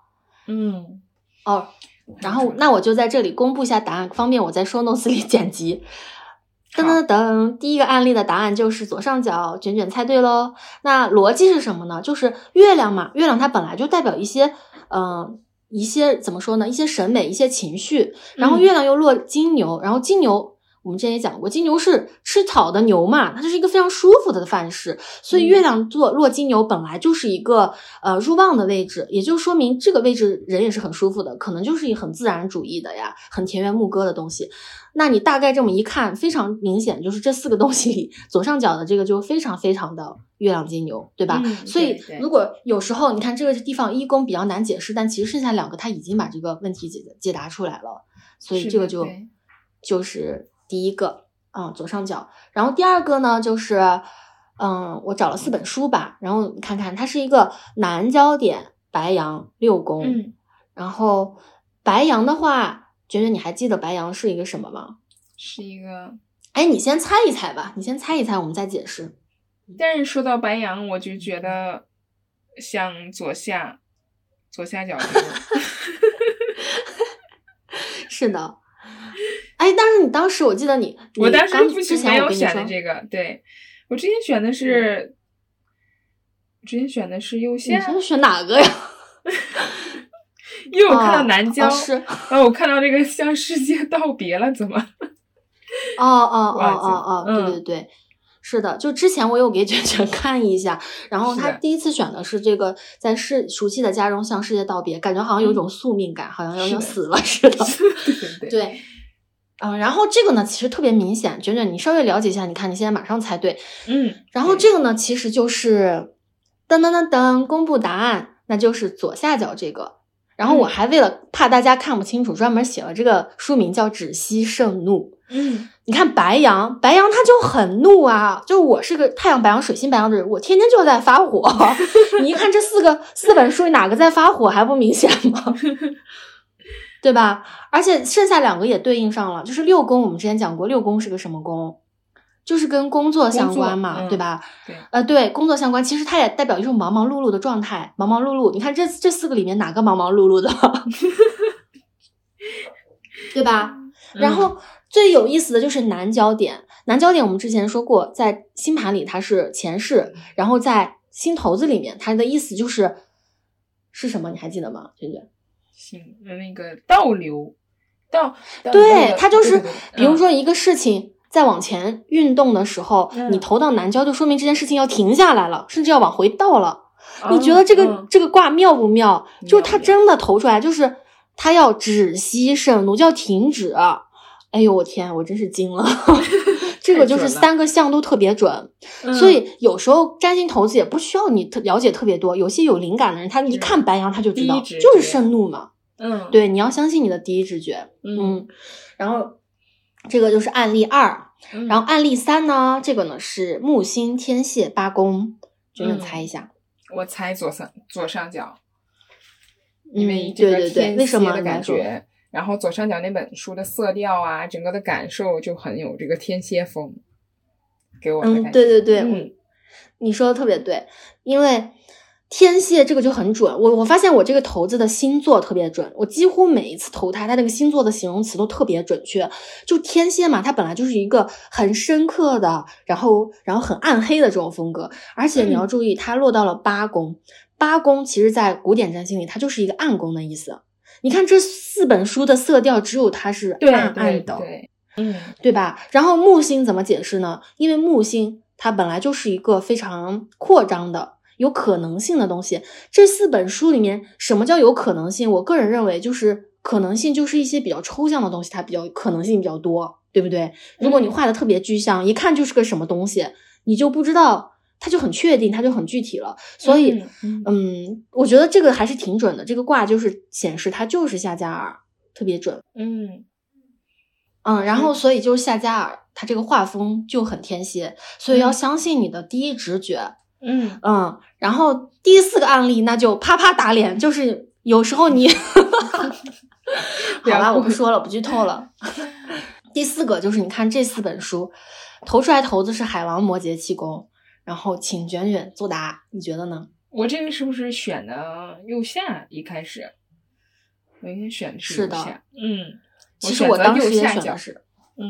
然后那我就在这里公布一下答案，方便我在 show notes 里剪辑。噔噔噔，第一个案例的答案就是左上角，卷卷猜对咯。那逻辑是什么呢？就是月亮嘛，月亮它本来就代表一些怎么说呢？一些审美，一些情绪。然后月亮又落金牛，然后金牛我们之前也讲过，金牛是吃草的牛嘛，它就是一个非常舒服的范式，所以月亮落金牛本来就是一个入旺的位置，也就说明这个位置人也是很舒服的，可能就是一很自然主义的呀，很田园牧歌的东西。那你大概这么一看，非常明显就是这4个东西里左上角的这个就非常非常的月亮金牛，对吧？所以如果有时候你看这个地方1宫比较难解释，但其实剩下2个它已经把这个问题解答出来了，所以这个就是第一个左上角。然后第二个呢就是我找了4本书吧，然后你看看它是一个南焦点白羊6宫。然后白羊的话，觉得你还记得白羊是一个什么吗？ 是一个你先猜一猜吧，你先猜一猜我们再解释。 但是说到白羊我就觉得像左下角是的。但是你当时我记得我当时之前没有选的这个，对，我之前选的是右下。 你是选哪个呀？ 因为我看到南郊， 然后我看到这个向世界道别了，怎么？ 对对对，是的，就之前我有给卷卷看一下，然后他第一次选的是这个在熟悉的家中向世界道别，感觉好像有一种宿命感，好像要死了似的。对。然后这个呢其实特别明显，卷卷你稍微了解一下，你看你现在马上猜对。然后这个呢其实就是噔噔噔噔公布答案，那就是左下角这个。然后我还为了怕大家看不清楚，专门写了这个书名叫止息盛怒。你看白羊它就很怒啊，就我是个太阳白羊水星白羊的人，我天天就在发火。你一看这4本书哪个在发火还不明显吗？对吧？而且剩下2个也对应上了，就是6宫我们之前讲过，6宫是个什么宫？就是跟工作相关嘛，对吧？对，工作相关，其实它也代表一种忙忙碌碌的状态，忙忙碌碌。你看这4个里面哪个忙忙碌碌的？对吧？然后最有意思的就是南焦点我们之前说过，在星盘里它是前世，然后在星骰子里面它的意思是什么？你还记得吗？娟娟？ 那个倒流， 对，它就是比如说一个事情在往前运动的时候，你投到南焦就说明这件事情要停下来了，甚至要往回倒了。 你觉得这个卦妙不妙？就是它真的投出来，就是它要止息盛怒，就要停止。哎呦我天，我真是惊了。这个就是3个象都特别准，所以有时候占星投资也不需要你了解特别多，有些有灵感的人他一看白羊他就知道就是盛怒嘛。对，你要相信你的第一直觉。然后这个就是案例2，然后案例3呢，这个呢是木星天蝎8宫，君君猜一下。 我猜左上角，因为对对对，为什么的感觉？然后左上角那本书的色调啊，整个的感受就很有这个天蝎风，给我的感觉。 对对对，你说的特别对，因为天蝎这个就很准。我发现我这个投资的星座特别准，我几乎每一次投它那个星座的形容词都特别准确。就天蝎嘛，它本来就是一个很深刻的，然后很暗黑的这种风格，而且你要注意，它落到了8宫。8宫其实在古典占星里，它就是一个暗宫的意思。你看这4本书的色调，只有它是暗暗的，对吧？然后木星怎么解释呢？因为木星它本来就是一个非常扩张的、有可能性的东西。这4本书里面，什么叫有可能性？我个人认为，就是可能性就是一些比较抽象的东西，它比较可能性比较多，对不对？如果你画的特别具象，一看就是个什么东西，你就不知道。它就很确定，它就很具体了，所以我觉得这个还是挺准的。这个卦就是显示它就是夏加尔，特别准。然后所以就是夏加尔，它这个画风就很天蝎，所以要相信你的第一直觉。然后第4个案例那就啪啪打脸，就是有时候你好吧，我不说了，不剧透了。第4个就是你看这4本书投出来投资是海王摩羯7宫。然后请卷卷作答，你觉得呢？ 我这个是不是选的右下？一开始我应该选的是右下。 是的，其实我当时也选的是，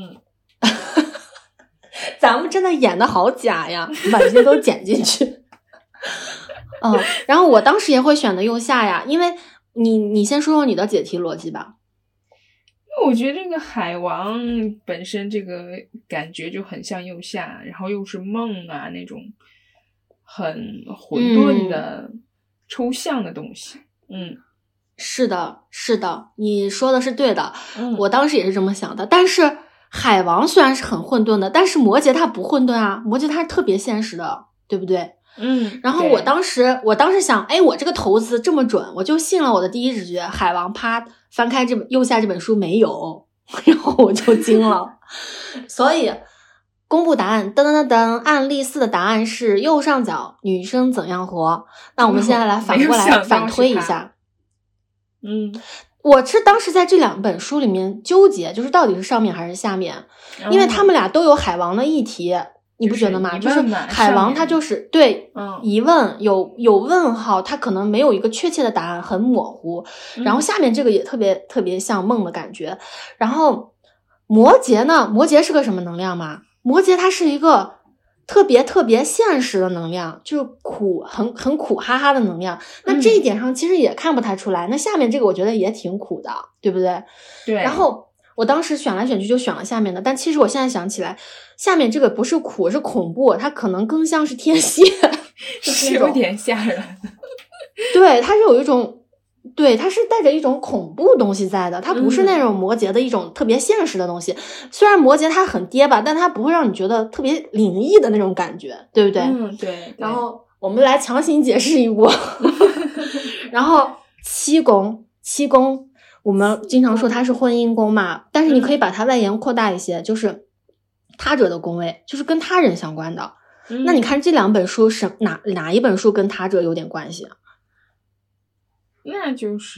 咱们真的演的好假呀，把这些都剪进去。然后我当时也会选的右下呀，因为你先说说你的解题逻辑吧。 我觉得这个海王本身这个感觉就很像右下，然后又是梦啊那种很混沌的抽象的东西。 是的，你说的是对的。我当时也是这么想的。但是海王虽然是很混沌的，但是摩羯它不混沌啊，摩羯它是特别现实的，对不对？然后我当时想，哎，我这个投资这么准，我就信了我的第一直觉。海王啪翻开右下这本书没有，然后我就惊了。所以公布答案，噔噔噔噔，案例4的答案是右上角女生怎样活。那我们现在来反过来反推一下。我是当时在这2本书里面纠结，就是到底是上面还是下面，因为他们俩都有海王的议题。你不觉得吗？就是海王它就是对疑问有问号，它可能没有一个确切的答案，很模糊。然后下面这个也特别像梦的感觉。然后摩羯呢？摩羯是个什么能量嘛？摩羯它是一个特别现实的能量，就是很苦哈哈的能量。那这一点上其实也看不太出来。那下面这个我觉得也挺苦的，对不对？ 对。 然后我当时选来选去就选了下面的，但其实我现在想起来，下面这个不是苦，是恐怖，它可能更像是天蝎， 是有点吓人。 对，它是有一种，对，它是带着一种恐怖东西在的，它不是那种摩羯的一种特别现实的东西。虽然摩羯它很跌吧，但它不会让你觉得特别灵异的那种感觉，对不对？ 对。 然后我们来强行解释一波。然后7宫。我们经常说它是婚姻宫嘛，但是你可以把它外延扩大一些，就是他者的宫位，就是跟他人相关的。那你看这2本书是哪一本书跟他者有点关系啊？ 那就是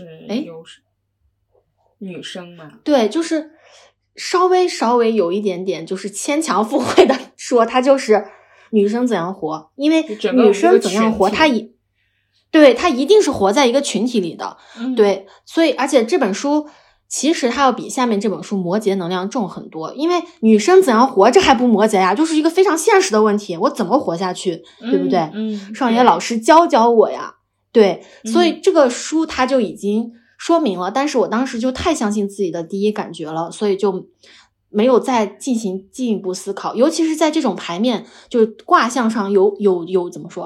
女生嘛。 对，就是稍微有一点点，就是牵强附会的说，它就是女生怎样活，因为女生怎样活，她一定是活在一个群体里的。对，所以而且这本书其实它要比下面这本书摩羯能量重很多，因为女生怎样活，这还不摩羯呀，就是一个非常现实的问题，我怎么活下去，对不对？上野老师教我呀。对，所以这个书它就已经说明了，但是我当时就太相信自己的第一感觉了，所以就没有再进行进一步思考，尤其是在这种牌面就是卦象上有怎么说，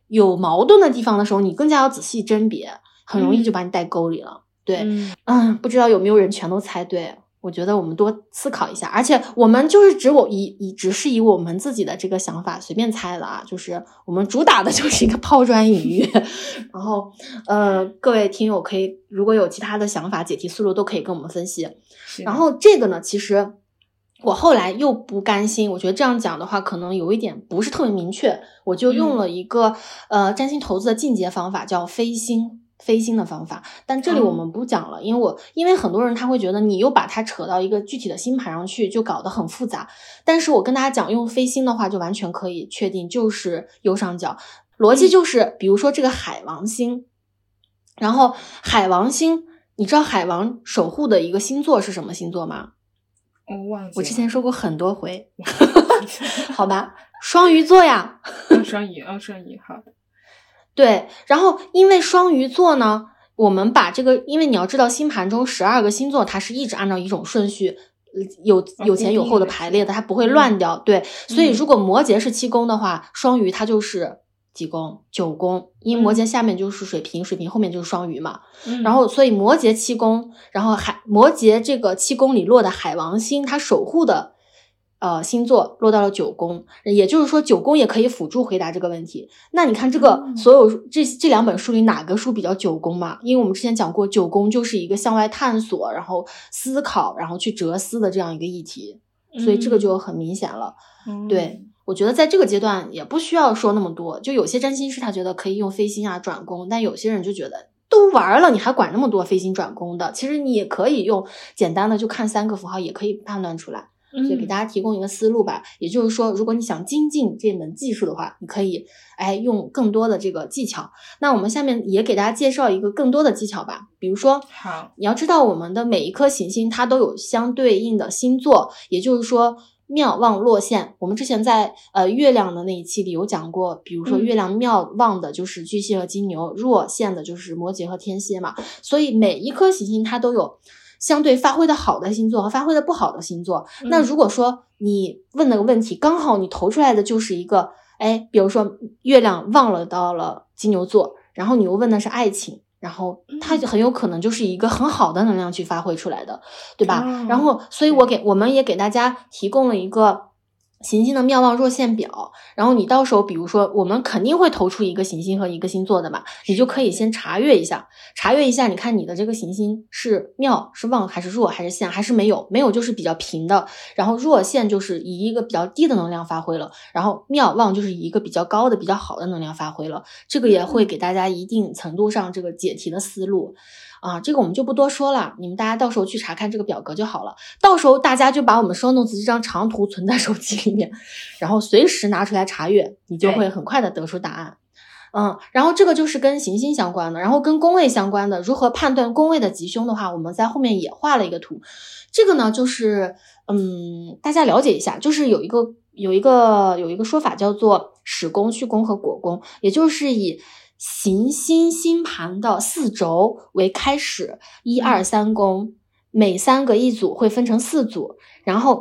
有矛盾的地方的时候，你更加要仔细甄别，很容易就把你带沟里了。对，不知道有没有人全都猜对。我觉得我们多思考一下，而且我们就是只是以我们自己的这个想法随便猜的啊，就是我们主打的就是一个抛砖引玉。然后各位听友可以如果有其他的想法解题思路都可以跟我们分析。然后这个呢，其实我后来又不甘心，我觉得这样讲的话可能有一点不是特别明确，我就用了一个占星投资的进阶方法，叫飞星的方法，但这里我们不讲了，因为很多人他会觉得你又把它扯到一个具体的星盘上去，就搞得很复杂。但是我跟大家讲，用飞星的话就完全可以确定就是右上角，逻辑就是比如说这个海王星，然后海王星，你知道海王守护的一个星座是什么星座吗？ 我忘记了， 我之前说过很多回。好吧，双鱼座呀。 双鱼，好的。 对，然后因为双鱼座呢，我们把这个，因为你要知道星盘中12个星座它是一直按照一种顺序有前有后的排列的，它不会乱掉。对，所以如果摩羯是7宫的话，双鱼它就是几宫？9宫，因为摩羯下面就是水瓶，水瓶后面就是双鱼嘛。然后所以摩羯7宫，然后摩羯这个7宫里落的海王星，它守护的星座落到了9宫，也就是说9宫也可以辅助回答这个问题。那你看这个所有这两本书里哪个书比较9宫嘛？因为我们之前讲过9宫就是一个向外探索，然后思考，然后去哲思的这样一个议题，所以这个就很明显了。对，我觉得在这个阶段也不需要说那么多，就有些占星师他觉得可以用飞星啊转宫，但有些人就觉得都玩了你还管那么多飞星转宫的，其实你也可以用简单的就看3个符号也可以判断出来。所以给大家提供一个思路吧，也就是说如果你想精进这门技术的话，你可以用更多的这个技巧。那我们下面也给大家介绍一个更多的技巧吧，比如说好， 你要知道我们的每一颗行星它都有相对应的星座，也就是说妙望落线。我们之前在月亮的那一期里有讲过，比如说月亮妙望的就是巨蟹和金牛，弱线的就是摩羯和天蝎嘛，所以每一颗行星它都有相对发挥的好的星座和发挥的不好的星座。那如果说你问那个问题刚好你投出来的就是一个比如说月亮望了到了金牛座，然后你又问的是爱情，然后它很有可能就是一个很好的能量去发挥出来的，对吧？然后所以我们也给大家提供了一个行星的妙望弱线表，然后你到时候比如说我们肯定会投出一个行星和一个星座的嘛，你就可以先查阅一下你看你的这个行星是妙是旺还是弱还是线还是没有就是比较平的，然后弱线就是以一个比较低的能量发挥了，然后妙旺就是以一个比较高的比较好的能量发挥了，这个也会给大家一定程度上这个解题的思路这个我们就不多说了，你们大家到时候去查看这个表格就好了，到时候大家就把我们show notes这张长图存在手机里面，然后随时拿出来查阅，你就会很快的得出答案。然后这个就是跟行星相关的，然后跟宫位相关的，如何判断宫位的吉凶的话，我们在后面也画了一个图。这个呢就是大家了解一下，就是有一个说法叫做始宫、序宫和果宫，也就是以行星星盘的4轴为开始，1、2、3宫，每3个一组会分成4组，然后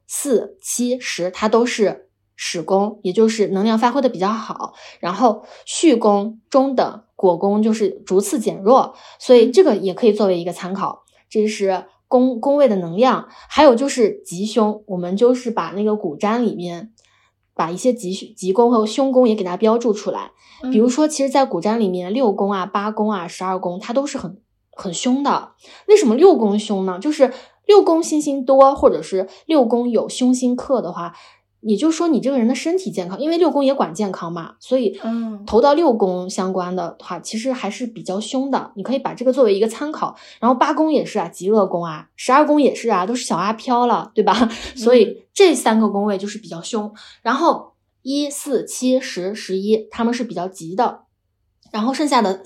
1、4、7、10它都是始宫，也就是能量发挥的比较好，然后序宫中等，果宫就是逐次减弱，所以这个也可以作为一个参考。这是宫位的能量，还有就是吉凶，我们就是把那个古占里面把一些吉宫和凶宫也给它标注出来。比如说其实在古占里面6宫啊、8宫啊、12宫它都是很凶的。为什么6宫凶呢？就是6宫星星多，或者是6宫有凶星克的话，也就是说你这个人的身体健康，因为6宫也管健康嘛，所以投到6宫相关的话其实还是比较凶的，你可以把这个作为一个参考。然后8宫也是极恶宫啊，12宫也是都是小阿飘了，对吧？所以这3个宫位就是比较凶。然后1、4、7、10、11他们是比较吉的，然后剩下的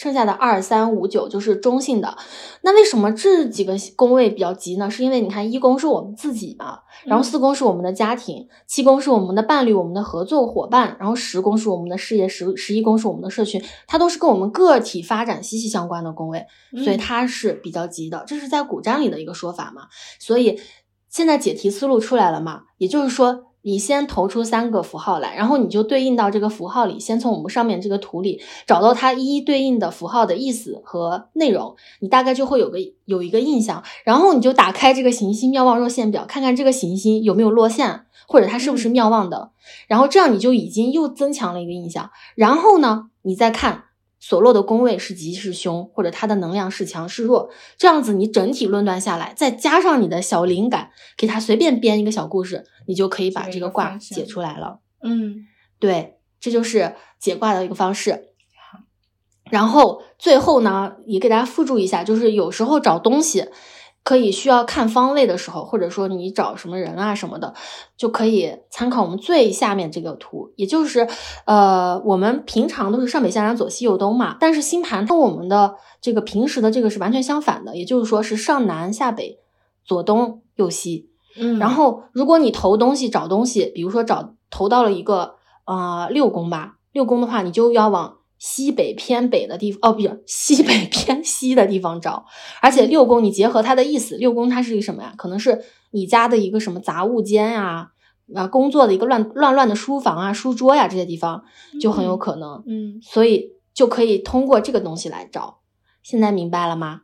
2、3、5、9就是中性的。那为什么这几个宫位比较吉呢？是因为你看1宫是我们自己嘛，然后4宫是我们的家庭，7宫是我们的伴侣、我们的合作伙伴，然后10宫是我们的事业，11宫是我们的社群，它都是跟我们个体发展息息相关的宫位，所以它是比较吉的，这是在古占里的一个说法嘛。所以现在解题思路出来了嘛，也就是说你先投出3个符号来，然后你就对应到这个符号里，先从我们上面这个图里找到它一一对应的符号的意思和内容，你大概就会有一个印象，然后你就打开这个行星妙望若线表，看看这个行星有没有落线，或者它是不是妙望的，然后这样你就已经又增强了一个印象。然后呢，你再看所落的宫位是吉是凶，或者它的能量是强是弱，这样子你整体论断下来，再加上你的小灵感，给它随便编一个小故事，你就可以把这个卦解出来了。对，这就是解卦的一个方式。然后最后呢，也给大家附注一下，就是有时候找东西可以需要看方位的时候，或者说你找什么人啊什么的，就可以参考我们最下面这个图，也就是我们平常都是上北下南左西右东嘛，但是星盘跟我们的这个平时的这个是完全相反的，也就是说是上南下北左东右西。然后如果你投东西找东西，比如说投到了一个6宫吧，6宫的话你就要往西北偏北的地方，不是西北偏西的地方找。而且6宫你结合它的意思，6宫它是一个什么呀？可能是你家的一个什么杂物间呀，工作的一个乱的书房啊、书桌呀，这些地方就很有可能。所以就可以通过这个东西来找。现在明白了吗？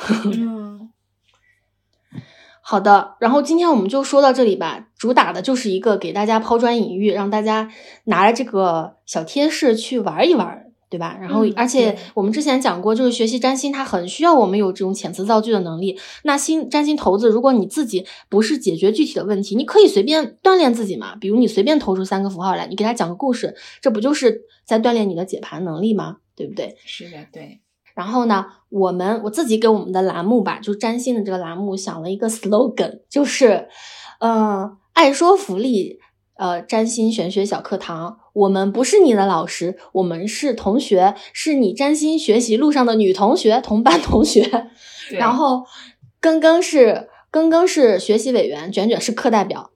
好的，然后今天我们就说到这里吧，主打的就是一个给大家抛砖引玉，让大家拿着这个小贴士去玩一玩，对吧？然后而且我们之前讲过，就是学习占星它很需要我们有这种遣词造句的能力。那占星骰子，如果你自己不是解决具体的问题，你可以随便锻炼自己嘛，比如你随便投出3个符号来，你给他讲个故事，这不就是在锻炼你的解盘能力吗？对不对？ 是的，对。 然后呢，我自己给我们的栏目吧，就占星的这个栏目想了一个 slogan， 就是爱说福利占星玄学小课堂，我们不是你的老师，我们是同学，是你占星学习路上的女同学，同班同学。然后庚庚是学习委员，卷卷是课代表。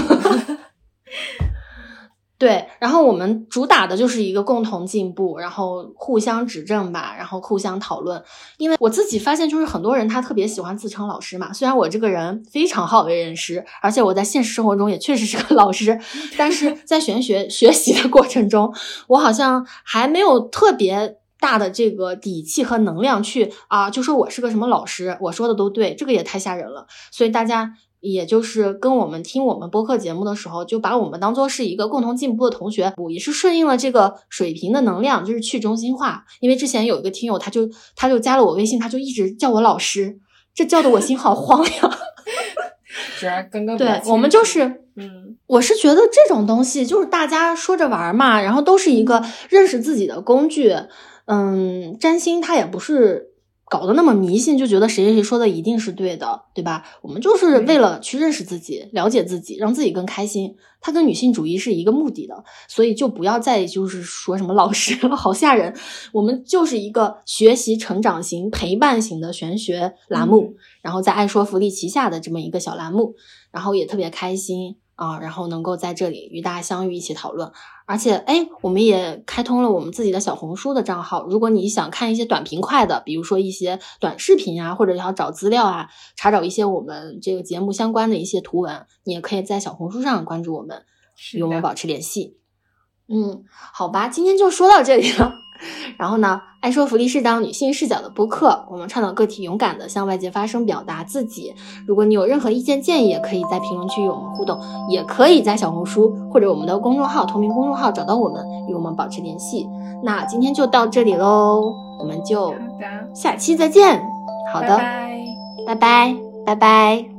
对，然后我们主打的就是一个共同进步，然后互相指正吧，然后互相讨论。因为我自己发现，就是很多人他特别喜欢自称老师嘛，虽然我这个人非常好为人师，而且我在现实生活中也确实是个老师，但是在玄学学习的过程中，我好像还没有特别大的这个底气和能量去就说我是个什么老师，我说的都对，这个也太吓人了。所以大家也就是跟我们听我们播客节目的时候，就把我们当做是一个共同进步的同学，也是顺应了这个水平的能量，就是去中心化。因为之前有一个听友他就加了我微信，他就一直叫我老师，这叫得我心好慌呀。 主要刚刚对，我们就是我是觉得这种东西就是大家说着玩嘛，然后都是一个认识自己的工具。占星它也不是搞得那么迷信，就觉得谁谁说的一定是对的，对吧？我们就是为了去认识自己，了解自己，让自己更开心。它跟女性主义是一个目的的，所以就不要再就是说什么老师了，好吓人。我们就是一个学习成长型、陪伴型的玄学栏目，然后在爱说福利旗下的这么一个小栏目，然后也特别开心然后能够在这里与大家相遇一起讨论。而且我们也开通了我们自己的小红书的账号，如果你想看一些短平快的，比如说一些短视频啊，或者要找资料啊，查找一些我们这个节目相关的一些图文，你也可以在小红书上关注我们，与我们保持联系。好吧，今天就说到这里了。然后呢，爱说福利是当女性视角的播客，我们倡导个体勇敢的向外界发声，表达自己。如果你有任何意见建议，也可以在评论区与我们互动，也可以在小红书或者我们的公众号同名公众号找到我们，与我们保持联系。那今天就到这里咯，我们就下期再见。好的，拜拜。